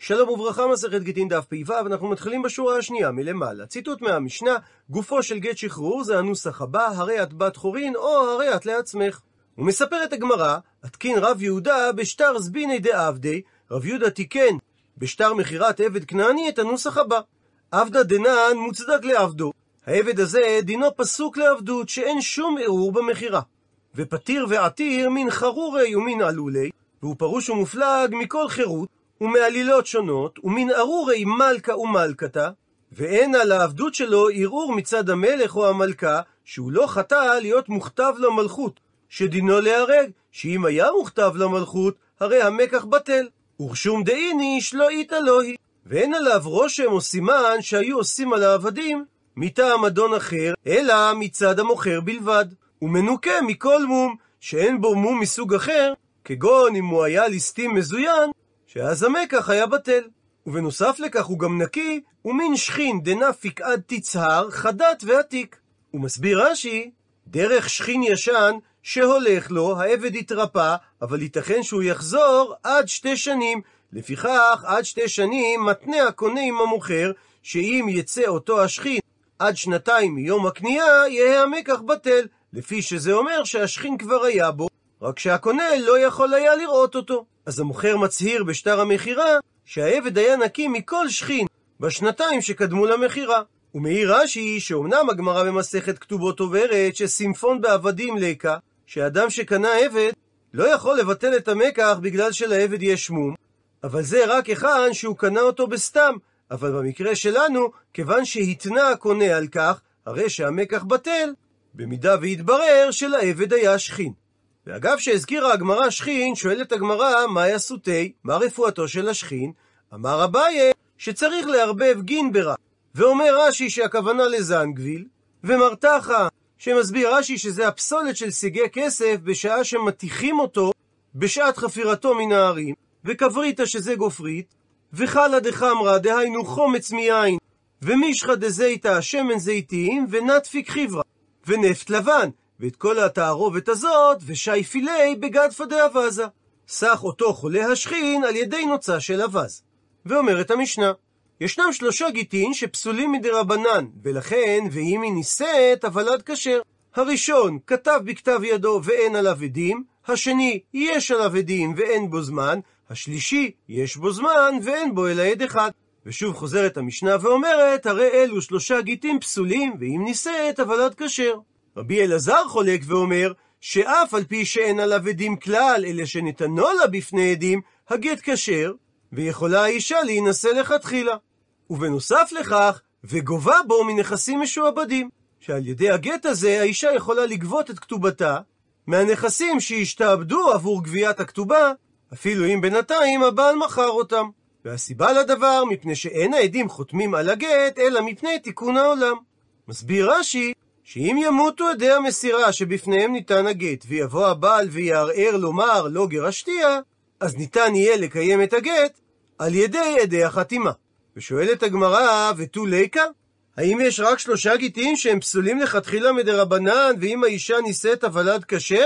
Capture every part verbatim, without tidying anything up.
שלום וברכה, מסכת גיטין דף פ"ו, אנחנו מתחילים בשורה השנייה מלמעלה. ציטוט מהמשנה, גופו של גט שחרור זה הנוסח הבא, הרי את בת חורין או הרי את לעצמך. הוא מספר את הגמרא, התקין רב יהודה בשטר זביני דעבדי, רב יהודה תיקן בשטר מחירת עבד כנעני את הנוסח הבא, עבדה דנן מוצדק לעבדו, העבד הזה דינו פסוק לעבדות שאין שום ערעור במחירה, ופתיר ועתיר מן חרורי ומן עלולי, והוא פרוש ומופלג מכל חירות ומעלילות שונות, ומן ארורי מלכה ומלכתה, ואין על העבדות שלו ערעור מצד המלך או המלכה, שהוא לא חטא להיות מוכתב למלכות, שדינו להרג, שאם היה מוכתב למלכות, הרי המקח בטל. ורשום דאיני שלא איתה לא היא, ואין עליו רושם או סימן שהיו עושים על העבדים מטעם אדון אחר, אלא מצד המוכר בלבד. הוא מנוקה מכל מום, שאין בו מום מסוג אחר, כגון אם הוא היה ליסטים מזוין, שאז המקח היה בטל. ובנוסף לכך הוא גם נקי, ומין שכין דנפיק עד תצהר, חדת ועתיק. הוא מסביר רש"י, דרך שכין ישן שהולך לו, העבד יתרפא, אבל ייתכן שהוא יחזור עד שתי שנים. לפיכך, עד שתי שנים מתנה הקונה עם המוכר, שאם יצא אותו השכין עד שנתיים מיום הקנייה, יהיה המקח בטל, לפי שזה אומר שהשכין כבר היה בו, רק שהקונה לא יכול היה לראות אותו. אז המוכר מצהיר בשטר המחירה שהעבד היה נקי מכל שכין בשנתיים שקדמו למחירה. ומעיר רש"י שאומנם הגמרא במסכת כתובות אומרת שסימפון בעבדים לקה, שאדם שקנה עבד לא יכול לבטל את המקח בגלל שלעבד יש מום, אבל זה רק היכן שהוא קנה אותו בסתם. אבל במקרה שלנו, כיוון שהתנה הקונה על כך, הרי שהמקח בטל, במידה והתברר שלעבד היה שכין. ואגב שהזכירה הגמרא שכין, שואלת הגמרא, מה יסותי? מה רפואתו של השכין? אמר אביי שצריך לערבב גין ברע, ואומר רש"י שהכוונה לזנגוויל, ומרתחה שמסביר רש"י שזה הפסולת של סיגי כסף בשעה שמתיחים אותו בשעת חפירתו מן הערים, וקבריטה שזה גופרית, וחלה דחמרה דהיינו חומץ מיין, ומישחה דזיתה שמן זיתים, ונטפיק חברה, ונפט לבן, ואת כל התערובת הזאת, ושי פילי בגדפא דאבזה. סך אותו חולה השכין על ידי נוצה של אבז. ואומרת המשנה, ישנם שלושה גיטין שפסולים מדרבנן, ולכן ואם היא נישאת הוולד כשר. הראשון כתב בכתב ידו ואין עליו עדים, השני יש עליו עדים ואין בו זמן, השלישי יש בו זמן ואין בו אלא עד אחד. ושוב חוזרת המשנה ואומרת, הרי אלו שלושה גיטין פסולים, ואם נישאת הוולד כשר. רבי אלעזר חולק ואומר, שאף על פי שאין עליו עדים כלל, אלא שנתנו לה בפני עדים, הגט כשר, ויכולה האישה להינשא לכתחילה. ובנוסף לכך, וגובה בו מנכסים משועבדים, שעל ידי הגט הזה האישה יכולה לגבות את כתובתה מהנכסים שהשתעבדו עבור גביית הכתובה, אפילו אם בינתיים הבעל מכר אותם. והסיבה לדבר, מפני שאין העדים חותמים על הגט, אלא מפני תיקון העולם. מסביר רש"י, שאם ימותו עדי המסירה שבפניהם ניתן הגט, ויבוא הבעל ויערער לומר לא גרשתיה, אז ניתן יהיה לקיים את הגט על ידי עדי החתימה. ושואלת הגמרא, ותו ליקה? האם יש רק שלושה גיטים שהם פסולים לכתחילה מדרבנן, ואם האישה נישאת הוולד כשר?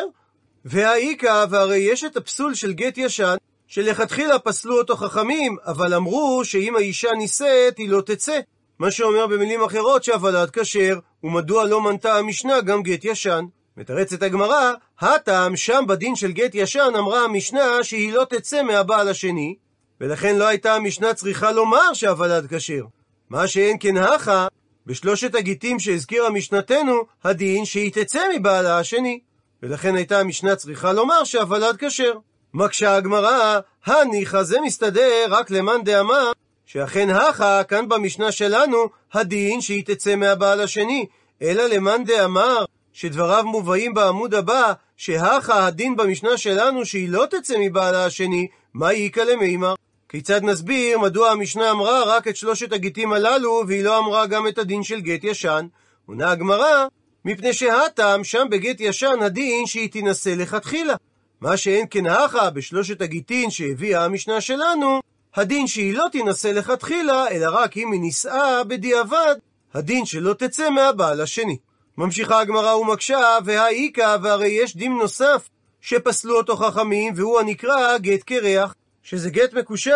והאיקה, והרי יש את הפסול של גט ישן, שלכתחילה פסלו אותו חכמים, אבל אמרו שאם האישה נישאת היא לא תצא. מה שאומר במילים אחרות שהוולד כשר, ומדוע לא מנתה המשנה גם גט ישן? מתרצת הגמרא, הטעם שם בדין של גט ישן אמרה המשנה שהיא לא תצא מהבעל השני, ולכן לא הייתה המשנה צריכה לומר שהוולד כשר. מה שאין כן הכה, בשלושת הגיטים שהזכירה משנתנו, הדין שהיא תצא מבעלה השני, ולכן הייתה המשנה צריכה לומר שהוולד כשר. מקשה הגמרא, הניחא זה מסתדר רק למאן דאמר, שאכן הכה כאן במשנה שלנו הדין שהיא תצא מהבעל השני, אלא למאן דאמר שדבריו מובאים בעמוד הבא, שהכה הדין במשנה שלנו שהיא לא תצא מבעלה השני, מה ייקא למימר? כיצד נסביר מדוע המשנה אמרה רק את שלושת הגיטים הללו, והיא לא אמרה גם את הדין של גט ישן? עונה הגמרא, מפני שהטעם שם בגט ישן הדין שהיא תינשא לכתחילה. מה שאין כן הכה בשלושת הגיטין שהביאה המשנה שלנו, הדין שהיא לא תינשא לכתחילה, אלא רק אם היא נישאה בדיעבד, הדין שלא תצא מהבעל השני. ממשיכה הגמרא ומקשה, והאיקה, והרי יש דין נוסף שפסלו אותו חכמים, והוא הנקרא גט קרח, שזה גט מקושר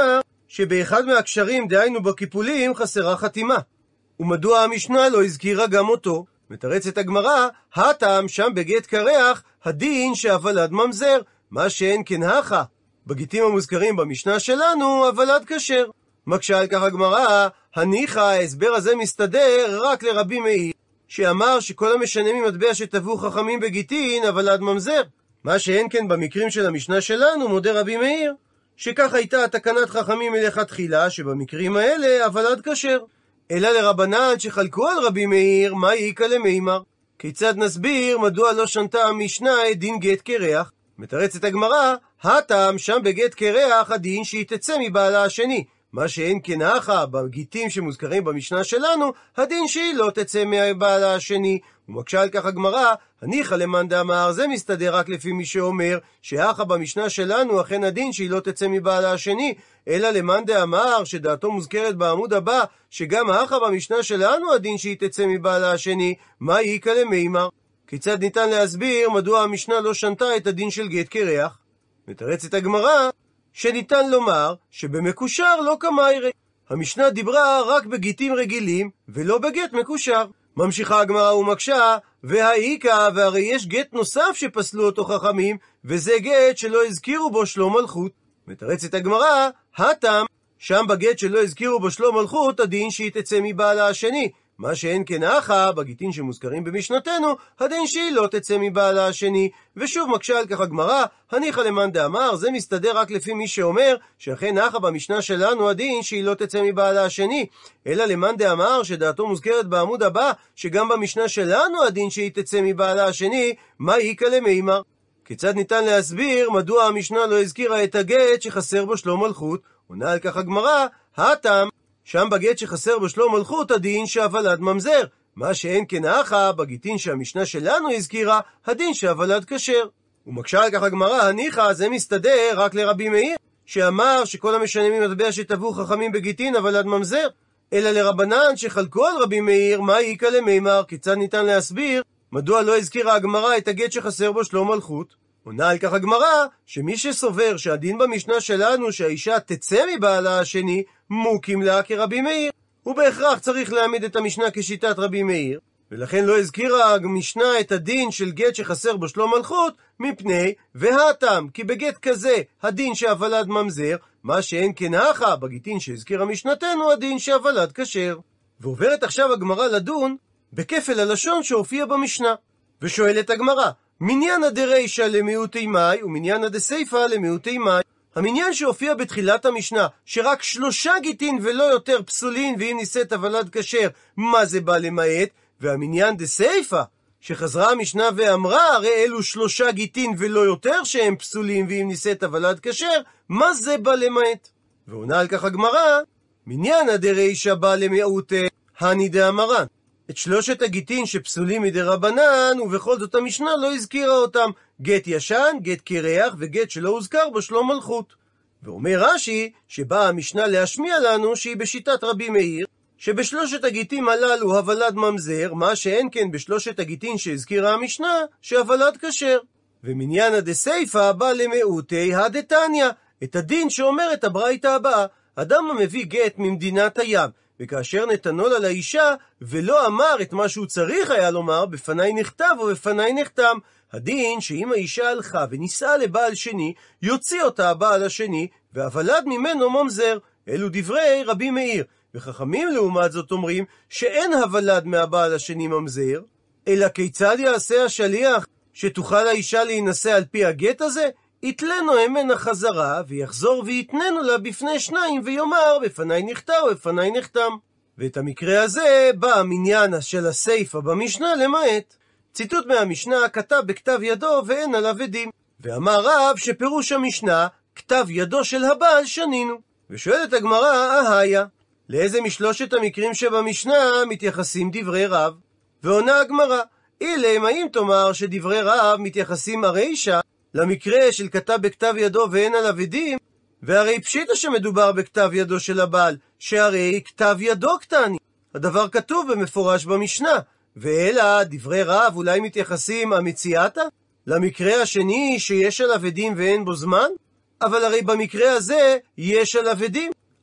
שבאחד מהקשרים, דהיינו בקיפולים, חסרה חתימה. ומדוע המשנה לא הזכירה גם אותו? מתרצת הגמרא, הטעם שם בגט קרח, הדין שהוולד ממזר, מה שאין כן הכה. בגיטים המוזכרים במשנה שלנו, הוולד כשר. מקשה על כך הגמרא, הניחא, ההסבר הזה מסתדר רק לרבי מאיר, שאמר שכל המשנה ממטבע שטבעו חכמים בגיטין, הוולד ממזר. מה שאין כן במקרים של המשנה שלנו, מודה רבי מאיר, שכך הייתה תקנת חכמים מלכתחילה, שבמקרים האלה הוולד כשר. אלא לרבנן שחלקו על רבי מאיר, מה ייקא למימר? כיצד נסביר מדוע לא שנתה המשנה את דין גט קרח? מתרצת הגמרא, הטעם שם בגט קרח הדין שהיא תצא מבעלה השני, מה שאין כן הכה בגיטים שמוזכרים במשנה שלנו, הדין שהיא לא תצא מבעלה השני. ומקשה על כך הגמרא, הניחא למאן דאמר, זה מסתדר רק לפי מי שאומר שהכה במשנה שלנו אכן הדין שהיא לא תצא מבעלה השני, אלא למאן דאמר שדעתו מוזכרת בעמוד הבא שגם הכה במשנה שלנו הדין שהיא תצא מבעלה השני, מה ייקא למימר? כיצד ניתן להסביר מדוע המשנה לא שנתה את הדין של גט קרח? מתרצת הגמרא שניתן לומר שבמקושר לא כמיירי. המשנה דיברה רק בגיטים רגילים ולא בגט מקושר. ממשיכה הגמרא ומקשה, והאיקה, והרי יש גט נוסף שפסלו אותו חכמים, וזה גט שלא הזכירו בו שלום מלכות. מתרצת הגמרא, הטעם שם בגט שלא הזכירו בו שלום מלכות הדין שהיא תצא מבעלה השני, מה שאין כן הכה בגיטין שמוזכרים במשנתנו, הדין שהיא לא תצא מבעלה השני. ושוב מקשה על כך הגמרא, הניחא למאן דאמר, זה מסתדר רק לפי מי שאומר שאכן הכה במשנה שלנו הדין שהיא לא תצא מבעלה השני, אלא למאן דאמר שדעתו מוזכרת בעמוד הבא שגם במשנה שלנו הדין שהיא תצא מבעלה השני, מה ייקא למימר? כיצד ניתן להסביר מדוע המשנה לא הזכירה את הגט שחסר בו שלום מלכות? עונה על כך הגמרא, הטעם שם בגט שחסר בו שלום מלכות הדין שהוולד ממזר, מה שאין כן הכה בגיטין שהמשנה שלנו הזכירה הדין שהוולד כשר. ומקשה על כך הגמרא, הניחא, זה מסתדר רק לרבי מאיר, שאמר שכל המשנה ממטבע שטבעו חכמים בגיטין הוולד ממזר, אלא לרבנן שחלקו על רבי מאיר, מה ייקא למימר? כיצד ניתן להסביר מדוע לא הזכירה הגמרא את הגט שחסר בו שלום מלכות? עונה על כך הגמרא, שמי שסובר שהדין במשנה שלנו שהאישה תצא מבעלה השני, מוקים לה כרבי מאיר. הוא בהכרח צריך להעמיד את המשנה כשיטת רבי מאיר, ולכן לא הזכירה המשנה את הדין של גט שחסר בו שלום מלכות, מפני והטעם, כי בגט כזה הדין שהוולד ממזר, מה שאין כן הכה בגיטין שהזכירה משנתנו הדין שהוולד כשר. ועוברת עכשיו הגמרא לדון בכפל הלשון שהופיע במשנה, ושואלת הגמרא, מניינא דרישא למיעוטי מאי ומניינא דסייפא למיעוטי מאי. המניין שהופיע בתחילת המשנה, שרק שלושה גיטין ולא יותר פסולין ואם נישאת הוולד כשר, מה זה בא למעט? והמניין דסייפא, שחזרה המשנה ואמרה, הרי אלו שלושה גיטין ולא יותר שהם פסולים ואם נישאת הוולד כשר, מה זה בא למעט? ועונה על כך הגמרא, מניינא דרישא בא למיעוטי הני דאמרן. את שלושת הגיטין שפסולים מדי רבנן, ובכל זאת המשנה לא הזכירה אותם, גט ישן, גט קרח וגט שלא הוזכר בו שלום מלכות. ואומר רש"י שבאה המשנה להשמיע לנו שהיא בשיטת רבי מאיר, שבשלושת הגיטים הללו הוולד ממזר, מה שאין כן בשלושת הגיטין שהזכירה המשנה שהוולד כשר. ומניינא דסייפא בא למיעוטי הדתניא, את הדין שאומרת הברייתא הבאה, אדם המביא גט ממדינת הים, וכאשר נתנו לה לאישה ולא אמר את מה שהוא צריך היה לומר, בפניי נכתב ובפניי נחתם. הדין שאם האישה הלכה ונישאה לבעל שני, יוציא אותה הבעל השני, והוולד ממנו ממזר. אלו דברי רבי מאיר. וחכמים לעומת זאת אומרים שאין הוולד מהבעל השני ממזר, אלא כיצד יעשה השליח שתוכל האישה להינשא על פי הגט הזה? יתלנו ממנה חזרה, ויחזור ויתננו לה בפני שניים, ויאמר בפניי נכתב ובפניי נחתם. ואת המקרה הזה בא המניין של הסייפא במשנה למעט. ציטוט מהמשנה, כתב בכתב ידו ואין עליו עדים. ואמר רב שפירוש המשנה, כתב ידו של הבעל שנינו. ושואלת הגמרא, אהיה, לאיזה משלושת המקרים שבמשנה מתייחסים דברי רב? ועונה הגמרא, אילם, האם תאמר שדברי רב מתייחסים הרישא למקרה של כתב בכתב ידו ואין עליו עדים, והרי פשיטא שמדובר בכתב ידו של הבעל, שהרי כתב ידו קטני. הדבר כתוב במפורש במשנה, ואלא דברי רב אולי מתייחסים המציאתא למקרה השני שיש עליו עדים ואין בו זמן? אבל הרי במקרה הזה יש עליו עדים.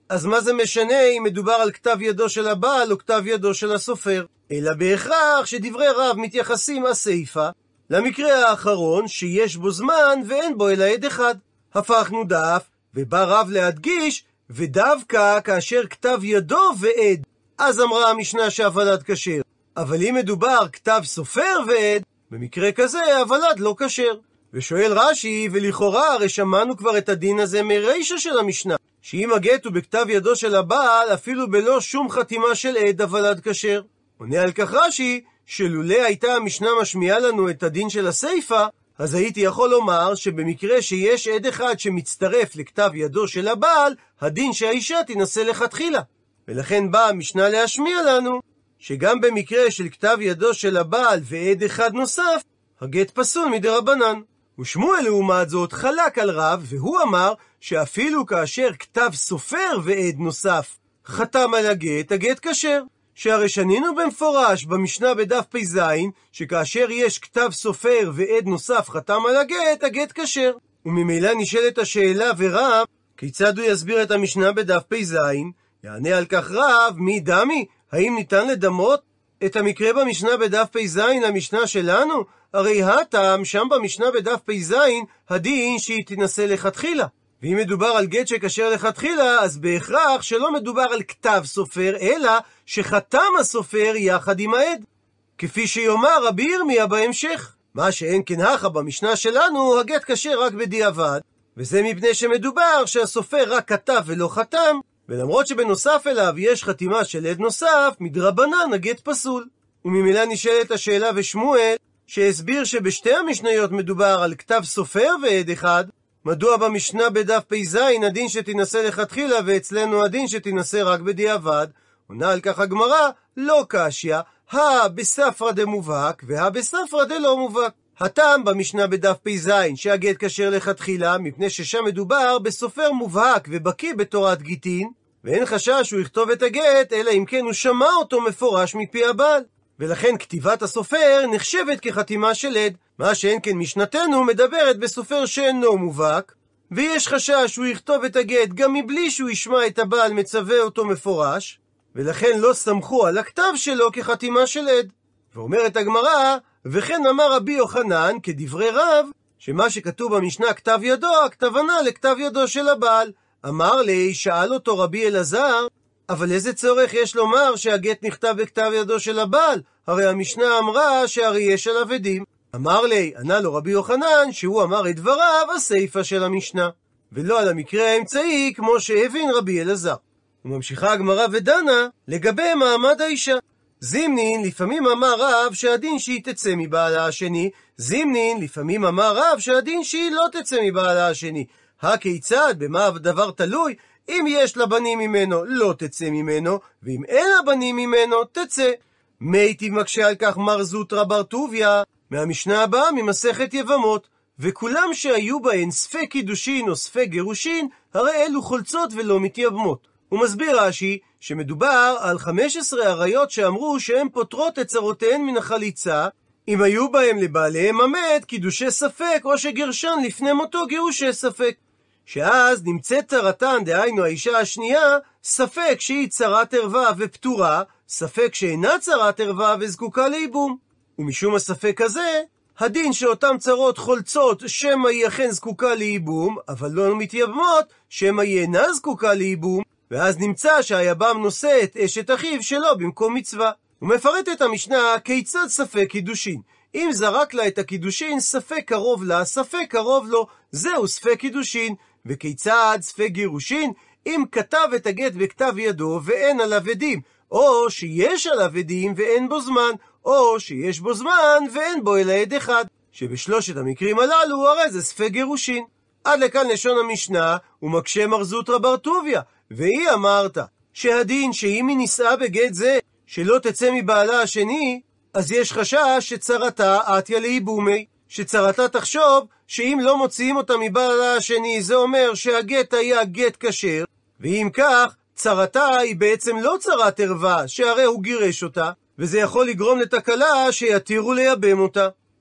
אז מה זה משנה אם מדובר על כתב ידו של הבעל או כתב ידו של הסופר? אלא בהכרח שדברי רב מתייחסים הסיפה למקרה האחרון שיש בו זמן ואין בו אלא עד אחד. הפכנו דף, ובא רב להדגיש, ודווקא כאשר כתב ידו ועד, אז אמרה המשנה שהוולד כשר. אבל אם מדובר כתב סופר ועד, במקרה כזה הוולד לא כשר. ושואל רש"י, ולכאורה הרי שמענו כבר את הדין הזה מרישה של המשנה, שאם הגט הוא בכתב ידו של הבעל, אפילו בלא שום חתימה של עד, הוולד כשר. עונה על כך רש"י, שלולא הייתה המשנה משמיעה לנו את הדין של הסיפה, אז הייתי יכול לומר שבמקרה שיש עד אחד שמצטרף לכתב ידו של הבעל, הדין שהאישה תנסה לכתחילה. ולכן באה המשנה להשמיע לנו שגם במקרה של כתב ידו של הבעל ועד אחד נוסף, הגט פסול מדרבנן. ושמואל לעומת זאת חלק על רב, והוא אמר שאפילו כאשר כתב סופר ועד נוסף חתם על הגט, הגט כשר. שהרי שנינו במפורש במשנה בדף פ"ז, שכאשר יש כתב סופר ועד נוסף חתם על הגט, הגט כשר. וממילא נשאלת השאלה ורב, כיצד הוא יסביר את המשנה בדף פ"ז? יענה על כך רב, מי דמי? האם ניתן לדמות את המקרה במשנה בדף פ"ז למשנה שלנו? הרי הטעם שם במשנה בדף פ"ז הדין שהיא תנסה לכתחילה. ואם מדובר על גט שכשר לכתחילה, אז בהכרח שלא מדובר על כתב סופר, אלא שחתם הסופר יחד עם העד. כפי שיאמר רבי ירמיה בהמשך. מה שאין כן הכה במשנה שלנו, הגט כשר רק בדיעבד. וזה מפני שמדובר שהסופר רק כתב ולא חתם, ולמרות שבנוסף אליו יש חתימה של עד נוסף, מדרבנן הגט פסול. וממילא נשאלת השאלה ושמואל, שהסביר שבשתי המשניות מדובר על כתב סופר ועד אחד, מדוע במשנה בדף פ"ז הדין שתנסה לכתחילה ואצלנו הדין שתנסה רק בדיעבד? עונה על כך הגמרא, לא קשיא, הא בספרא דמובהק והא בספרא דלא מובהק. הטעם במשנה בדף פ"ז שהגט כשר לכתחילה, מפני ששם מדובר בסופר מובהק ובקיא בתורת גיטין, ואין חשש שהוא יכתוב את הגט, אלא אם כן הוא שמע אותו מפורש מפי הבעל. ולכן כתיבת הסופר נחשבת כחתימה של עד, מה שאין כן משנתנו מדברת בסופר שאינו מובהק, ויש חשש שהוא יכתוב את הגט גם מבלי שהוא ישמע את הבעל מצווה אותו מפורש, ולכן לא סמכו על הכתב שלו כחתימה של עד. ואומרת הגמרא, וכן אמר רבי יוחנן כדברי רב, שמה שכתוב במשנה כתב ידו, הכתבנה לכתב ידו של הבעל. אמר לי, שאל אותו רבי אלעזר, אבל איזה צורך יש לומר שהגט נכתב בכתב ידו של הבעל? הרי המשנה אמרה שהרי יש עליו עדים. אמר לי, ענה לו רבי יוחנן, שהוא אמר את דבריו הסיפה של המשנה, ולא על המקרה האמצעי כמו שהבין רבי אלעזר. וממשיכה הגמרא ודנה לגבי מעמד האישה. זימנין לפעמים אמר רב שהדין שהיא תצא מבעלה השני, זימנין לפעמים אמר רב שהדין שהיא לא תצא מבעלה השני. הכיצד? במה הדבר תלוי? אם יש לה בנים ממנו, לא תצא ממנו, ואם אין לה בנים ממנו, תצא. מייטיב מקשה על כך מר זוטרא בר טוביה, מהמשנה הבאה ממסכת יבמות, וכולם שהיו בהן ספק קידושין או ספק גירושין, הרי אלו חולצות ולא מתייבמות. הוא מסביר רש"י שמדובר על חמש עשרה עריות שאמרו שהן פותרות את צרותיהן מן החליצה, אם היו בהם לבעליהם המת קידושי ספק, או שגרשן לפני מותו גירושי ספק. שאז נמצאת צרתן, דהיינו האישה השנייה, ספק שהיא צרת ערווה ופטורה, ספק שאינה צרת ערווה וזקוקה לייבום. ומשום הספק הזה, הדין שאותם צרות חולצות שמא היא אכן זקוקה לייבום, אבל לא מתייבמות שמא היא אינה זקוקה לייבום, ואז נמצא שהיבם נושא את אשת אחיו שלו במקום מצווה. הוא מפרט את המשנה כיצד ספק קידושין. אם זרק לה את הקידושין, ספק קרוב לה, ספק קרוב לו, זהו ספק קידושין. וכיצד ספק גירושין? אם כתב את הגט בכתב ידו ואין עליו עדים, או שיש עליו עדים ואין בו זמן, או שיש בו זמן ואין בו אלא עד אחד, שבשלושת המקרים הללו הרי זה ספק גירושין. עד לכאן לשון המשנה, ומקשה מר זוטרא בר טוביה, והיא אמרת שהדין שאם היא נישאה בגט זה שלא תצא מבעלה השני, אז יש חשש שצרתה עטיה לייבומי, שצרתה תחשוב שאם לא מוציאים אותה מבעלה השני זה אומר שהגט היה גט כשר, ואם כך צרתה היא בעצם לא צרת ערווה, שהרי הוא גירש אותה, וזה יכול לגרום לתקלה שיתירו לייבם אותה.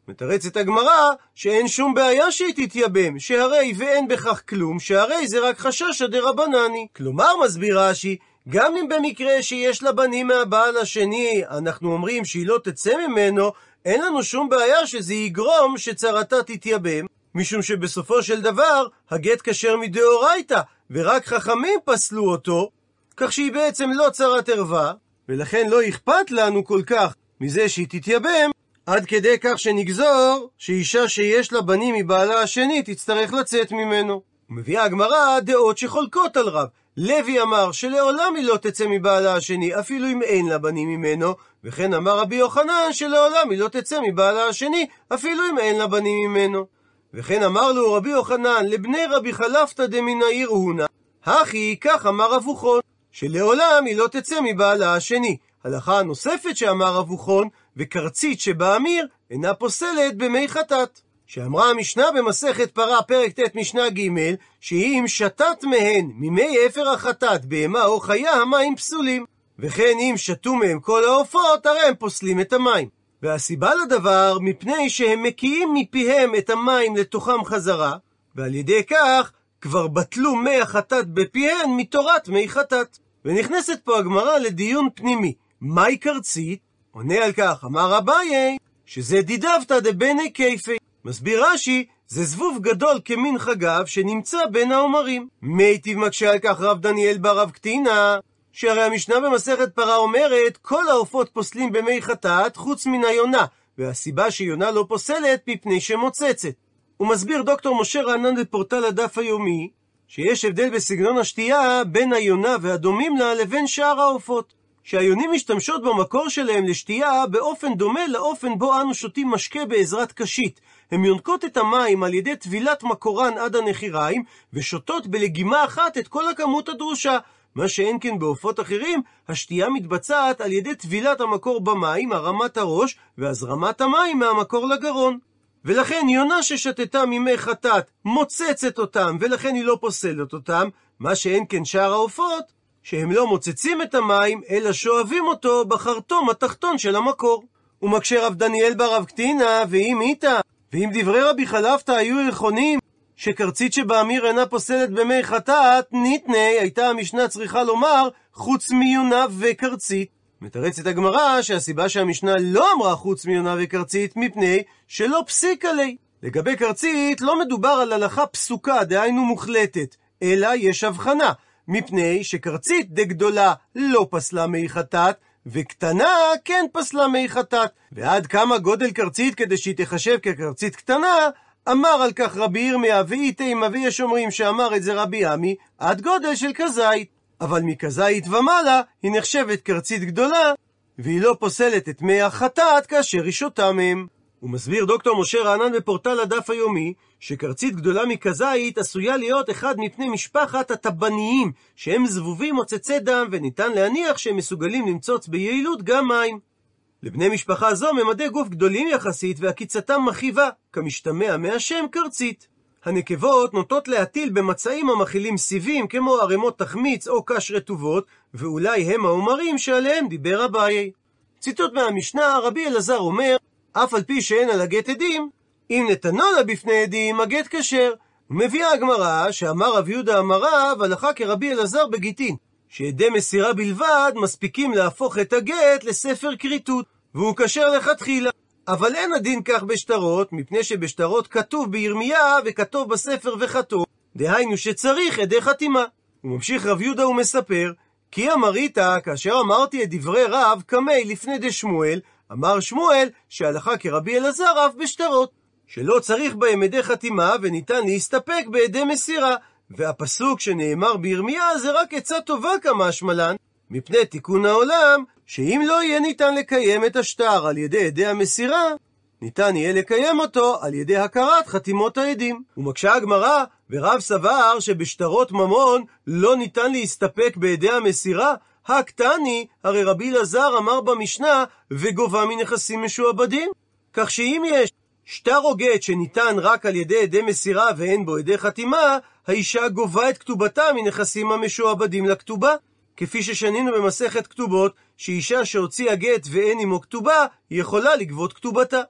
מתרצת הגמרא שאין שום בעיה שהיא תתייבם, שהרי ואין בכך כלום, שהרי זה רק חששא דרבנני. כלומר, מסביר רש"י, גם אם במקרה שיש לה בנים מהבעל השני, אנחנו אומרים שהיא לא תצא ממנו, אין לנו שום בעיה שזה יגרום שצרתה תתייבם, משום שבסופו של דבר הגט כשר מדאורייתא, ורק חכמים פסלו אותו, כך שהיא בעצם לא צרת ערווה, ולכן לא אכפת לנו כל כך מזה שהיא תתייבם, עד כדי כך שנגזור שאישה שיש לה בנים מבעלה השני תצטרך לצאת ממנו. ומביאה הגמרא דעות שחולקות על רב. לוי אמר שלעולם היא לא תצא מבעלה השני, אפילו אם אין לה בנים ממנו, וכן אמר רבי יוחנן שלעולם היא לא תצא מבעלה השני, אפילו אם אין לה בנים ממנו. וכן אמר לו רבי יוחנן לבני רבי חלפתא דמן העיר הונא, הכי כך אמר רב אוחון, שלעולם היא לא תצא מבעלה השני. הלכה נוספת שאמר רב אוחון, וקרצית שבאמיר אינה פוסלת במי חטאת. שאמרה המשנה במסכת פרה פרק ט' משנה ג' שהיא אם שתת מהן ממי אפר החטאת בהמה או חיה המים פסולים, וכן אם שתו מהם כל העופות הרי הם פוסלים את המים. והסיבה לדבר מפני שהם מקיאים מפיהם את המים לתוכם חזרה, ועל ידי כך כבר בטלו מי החטאת בפיהן מתורת מי חטאת. ונכנסת פה הגמרא לדיון פנימי, מהי קרצית? עונה על כך אמר אביי שזה דידבתא דבני כיפי. מסביר רש"י, זה זבוב גדול כמין חגב שנמצא בין העומרים. מיטיב מקשה על כך רב דניאל בר רב קטינה, שהרי המשנה במסכת פרה אומרת כל העופות פוסלים במי חטאת חוץ מן היונה, והסיבה שיונה לא פוסלת מפני שמוצצת. הוא מסביר דוקטור משה רענן בפורטל הדף היומי שיש הבדל בסגנון השתייה בין היונה והדומים לה לבין שאר העופות, שהיונים משתמשות במקור שלהם לשתייה באופן דומה לאופן בו אנו שותים משקה בעזרת קשית. הן יונקות את המים על ידי טבילת מקורן עד הנחיריים, ושותות בלגימה אחת את כל הכמות הדרושה. מה שאין כן בעופות אחרים, השתייה מתבצעת על ידי טבילת המקור במים, הרמת הראש, והזרמת המים מהמקור לגרון. ולכן יונה ששתתה ממי חטאת מוצצת אותם, ולכן היא לא פוסלת אותם, מה שאין כן שאר העופות, שהם לא מוצצים את המים, אלא שואבים אותו בחרטום התחתון של המקור. ומקשה רב דניאל בר רב קטינה, ואם איתה, ואם דברי רבי חלפתא היו נכונים, שקרצית שבאמיר אינה פוסלת במי חטאת, ניתני, הייתה המשנה צריכה לומר, חוץ מיונה וקרצית. מתרצת הגמרא שהסיבה שהמשנה לא אמרה חוץ מיונה וקרצית, מפני שלא פסיק עלי. לגבי קרצית לא מדובר על הלכה פסוקה, דהיינו מוחלטת, אלא יש הבחנה, מפני שקרצית דגדולה לא פסלה מי חטאת, וקטנה כן פסלה מי חטאת. ועד כמה גודל קרצית כדי שהיא תחשב כקרצית קטנה, אמר על כך רבי ירמיה ואיתימה, ויש אומרים שאמר את זה רבי עמי, עד גודל של כזית. אבל מכזית ומעלה היא נחשבת קרצית גדולה, והיא לא פוסלת את מי החטאת כאשר היא שותה מהם. הוא מסביר דוקטור משה רענן בפורטל הדף היומי, שקרצית גדולה מכזית עשויה להיות אחד מפני משפחת הטבניים, שהם זבובים מוצצי דם, וניתן להניח שהם מסוגלים למצוץ ביעילות גם מים. לבני משפחה זו ממדי גוף גדולים יחסית, והקיצתם מכיבה, כמשתמע מהשם קרצית. הנקבות נוטות להטיל במצעים המכילים סיבים, כמו ערימות תחמיץ או קש רטובות, ואולי הם העומרים שעליהם דיבר אביי. ציטוט מהמשנה, רבי אלעזר אומר, אף על פי שאין על הגט עדים, אם נתנו לה בפני עדים, הגט כשר. ומביאה הגמרא שאמר רב יהודה אמר רב, הלכה כרבי אלעזר בגיטין, שעדי מסירה בלבד מספיקים להפוך את הגט לספר כריתות, והוא כשר לכתחילה. אבל אין הדין כך בשטרות, מפני שבשטרות כתוב בירמיה וכתוב בספר וחתום, דהיינו שצריך עדי חתימה. הוא ממשיך רב יהודה ומספר, כי אמרית, כאשר אמרתי את דברי רב קמי לפני דשמואל, אמר שמואל שהלכה כרבי אלעזר רב בשטרות, שלא צריך בהם עדי חתימה וניתן להסתפק בעדי מסירה, והפסוק שנאמר בירמיה זה רק עצה טובה כמה שמלן, מפני תיקון העולם, שאם לא יהיה ניתן לקיים את השטר על ידי עדי המסירה, ניתן יהיה לקיים אותו על ידי הכרת חתימות העדים. ומקשה הגמרא, ורב סבר שבשטרות ממון לא ניתן להסתפק בעדי המסירה, הקטני, הרי רבי אלעזר אמר במשנה, וגובה מנכסים משועבדים. כך שאם יש שטר או גט שניתן רק על ידי עדי מסירה ואין בו עדי חתימה, האישה גובה את כתובתה מנכסים המשועבדים לכתובה. כפי ששנינו במסכת כתובות, שאישה שהוציאה גט ואין עמו כתובה, היא יכולה לגבות כתובתה.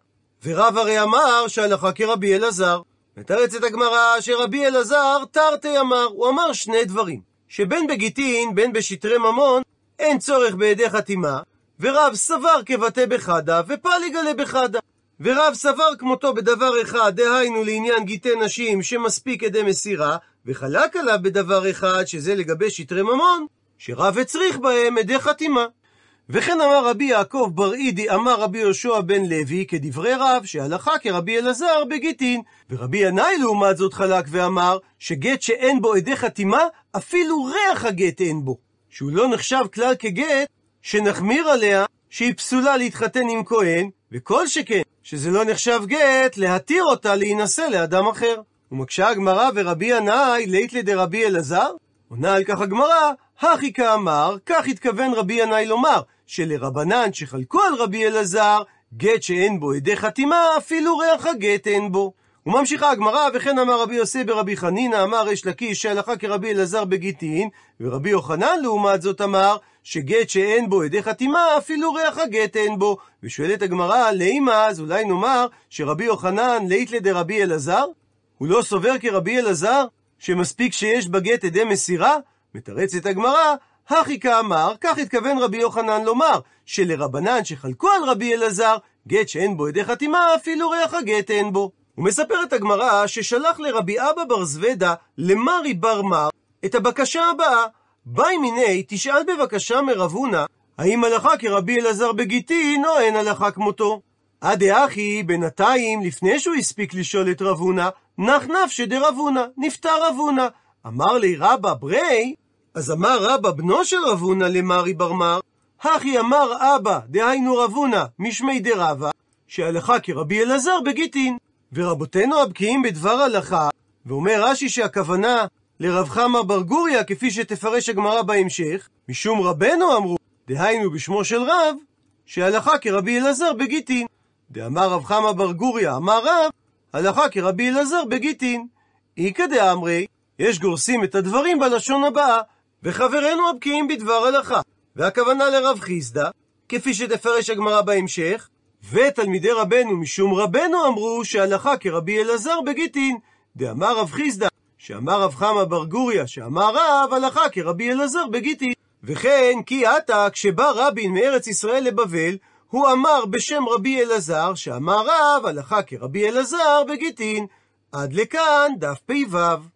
ורב הרי אמר שהלכה כרבי אלעזר. מתרצת הגמרא שרבי אלעזר תרתי אמר, הוא אמר שני דברים, שבין בגיטין בין בשטרי ממון אין צורך בעדי חתימה, ורב סבר כבטא בחדה ופליג עלי בחדה. ורב סבר כמותו בדבר אחד, דהיינו לעניין גיטי נשים שמספיק עדי מסירה, וחלק עליו בדבר אחד שזה לגבי שטרי ממון, שרב הצריך בהם עדי חתימה. וכן אמר רבי יעקב בר אידי אמר רבי יהושע בן לוי כדברי רב שהלכה כרבי אלעזר בגיטין. ורבי ינאי לעומת זאת חלק ואמר שגט שאין בו עדי חתימה אפילו ריח הגט אין בו, שהוא לא נחשב כלל כגט שנחמיר עליה שהיא פסולה להתחתן עם כהן, וכל שכן שזה לא נחשב גט להתיר אותה להינשא לאדם אחר. ומקשה הגמרא ורבי ינאי לית לדרבי אלעזר, עונה על כך הגמרא הכי כאמר, כך התכוון רבי ינאי לומר שלרבנן שחלקו על רבי אלעזר גט שאין בו עדי חתימה אפילו ריח הגט אין בו. וממשיכה הגמרא וכן אמר רבי יוסי ברבי חנינא אמר ריש לקיש שהלכה כרבי אלעזר בגיטין, ורבי יוחנן לעומת זאת אמר שגט שאין בו עדי חתימה אפילו ריח הגט אין בו. ושואלת הגמרא לימה, אז אולי נאמר שרבי יוחנן לית לדרבי אלעזר, הוא לא סובר כרבי אלעזר שמספיק שיש בגט עדי מסירה? מתרצת הגמרא הכי כאמר, כך התכוון רבי יוחנן לומר שלרבנן שחלקו על רבי אלעזר גט שאין בו עדי חתימה אפילו ריח הגט אין בו. ומספרת הגמרא ששלח לרבי אבא בר זוודה למרי בר מר את הבקשה הבאה, ביי מיני תשאל בבקשה מרב הונא האם הלכה כרבי אלעזר בגיטין או אין הלכה כמותו. עדי אחי בינתיים לפני שהוא הספיק לשאול את רב הונא נח נפשי דרב הונא, נפטר רב הונא. אמר לי רבא ברי, אז אמר רבא בנו של רב הונא למרי בר מר, הכי אמר אבא דהיינו רב הונא משמי דרבא שהלכה כרבי אלעזר בגיטין. ורבותינו הבקיאים בדבר הלכה, ואומר רש"י שהכוונה לרב חמא בר גוריא כפי שתפרש הגמרא בהמשך, משום רבנו אמרו, דהיינו בשמו של רב, שהלכה כרבי אלעזר בגיטין. דאמר רב חמא בר גוריא אמר רב, הלכה כרבי אלעזר בגיטין. איכא דאמרי, יש גורסים את הדברים בלשון הבאה, וחברינו הבקיאים בדבר הלכה, והכוונה לרב חיסדא, כפי שתפרש הגמרא בהמשך, ותלמידי רבנו משום רבנו אמרו שהלכה כרבי אלעזר בגיטין. דאמר רב חיסדא שאמר רב חמא בר גוריא שאמר רב הלכה כרבי אלעזר בגיטין. וכן כי עתה כשבא רבין מארץ ישראל לבבל הוא אמר בשם רבי אלעזר שאמר רב הלכה כרבי אלעזר בגיטין. עד לכאן דף פ"ו.